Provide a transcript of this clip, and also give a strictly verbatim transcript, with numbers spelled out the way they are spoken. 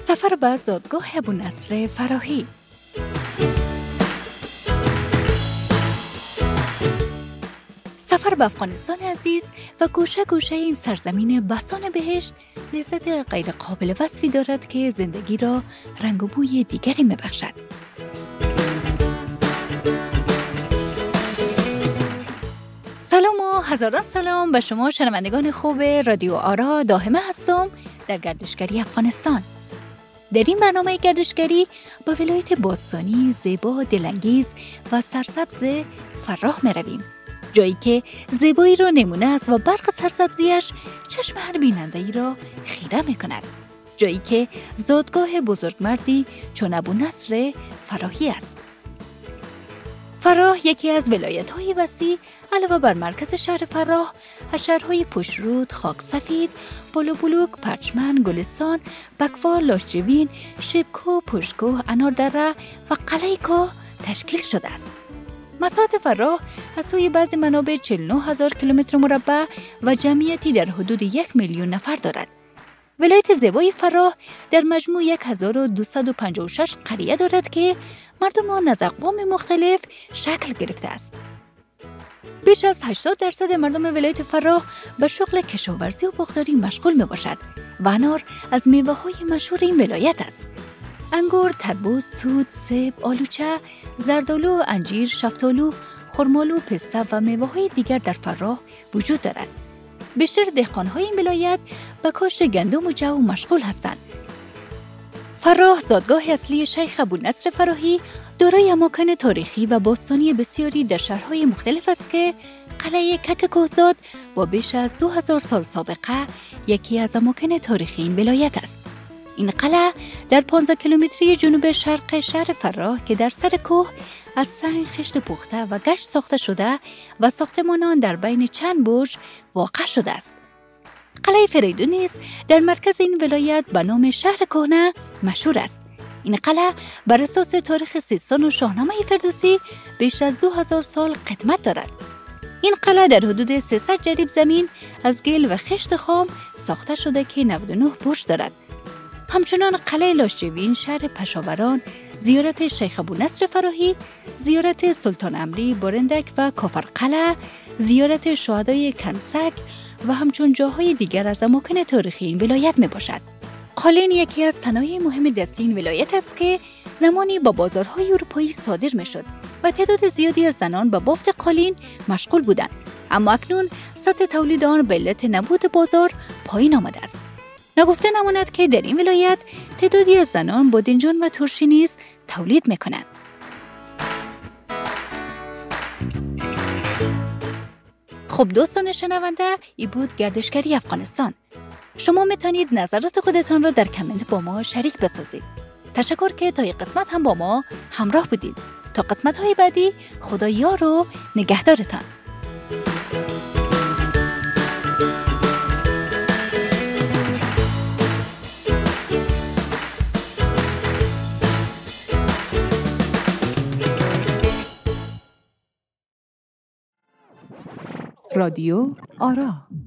سفر به زادگاه ابونصر فراهی. سفر به افغانستان عزیز و گوشه گوشه این سرزمین بسان بهشت لذت غیر قابل وصفی دارد که زندگی را رنگ و بوی دیگری می‌بخشد. سلام و هزاران سلام به شما شنوندگان خوب رادیو آرا. داهمه هستم در گردشگری افغانستان. در این برنامه گردشگری به ولایت باستانی زیبا، دلانگیز و سرسبز فراه می رویم. جایی که زیبایی را نمونه است و برق سرسبزیش چشم هر بیننده ای را خیره می کند. جایی که زادگاه بزرگمردی چون ابونصر فراهی است. فراه یکی از ولایت‌های وسیع علاوه بر مرکز شهر فراه، از شهرهای پشرود، خاک سفید، بلوبلوک، پرچمن، گلستان، بکوار، لاشجوین، شبکو، پشکو، اناردره و قلعه کاه تشکیل شده است. مساحت فراه از سوی بعضی منابع چهل و نه هزار کیلومتر مربع و جمعیتی در حدود یک میلیون نفر دارد. ولایت زیبای فراه در مجموع هزار و دویست و پنجاه و شش قریه دارد که مردم آن از اقوام مختلف شکل گرفته است. بیش از هشتاد درصد مردم ولایت فراه به شغل کشاورزی و باغداری مشغول می باشد و انار از میوه‌های مشهور این ولایت است. انگور، تربوز، توت، سیب، آلوچه، زردآلو، انجیر، شفتالو، خرمالو، پسته و میوه‌های دیگر در فراه وجود دارد. بیشتر دهقان‌های این ولایت به کاشت گندم و جو مشغول هستند. فراه زادگاه اصلی شیخ ابونصر فراهی دارای اماکن تاریخی و باستانی بسیاری در شهرهای مختلف است که قلعه کک کوهزاد با بیش از دو هزار سال سابقه یکی از اماکن تاریخی این ولایت است. این قلعه در پانزده کیلومتری جنوب شرق شهر فراه که در سر کوه از سنگ خشت پخته و گشت ساخته شده و ساختمانان در بین چند برج واقع شده است. قلعه فریدون نیز در مرکز این ولایت به نام شهر کهنه مشهور است. این قلعه بر اساس تاریخ سیستان و شاهنامه فردوسی بیش از دو هزار سال قدمت دارد. این قلعه در حدود سیصد جریب زمین از گل و خشت خام ساخته شده که نود و نه برج دارد. همچنان قلعه لاشجوین، شهر پشاوران، زیارت شیخ ابونصر فراهی، زیارت سلطان امری، بارندک و کافرقلعه، زیارت شهدای کنسک و همچون جاهای دیگر از اماکن تاریخی این ولایت می باشد. قالین یکی از صنایع مهم دستی این ولایت است که زمانی با بازارهای اروپایی صادر می شد و تعداد زیادی از زنان به بافت قالین مشغول بودند. اما اکنون سطح تولید آن به علت نبود بازار پایین آمده است. نگفته نماند که در این ولایت تعدادی از زنان بادنجان و ترشی نیز تولید می کنند. خب دوستان شنونده، ای بود گردشگری افغانستان. شما میتونید نظرات خودتان را در کامنت با ما شریک بسازید. تشکر که تا این قسمت هم با ما همراه بودید. تا قسمت های بعدی، خدا یار و نگهدارتان. رادیو آرا.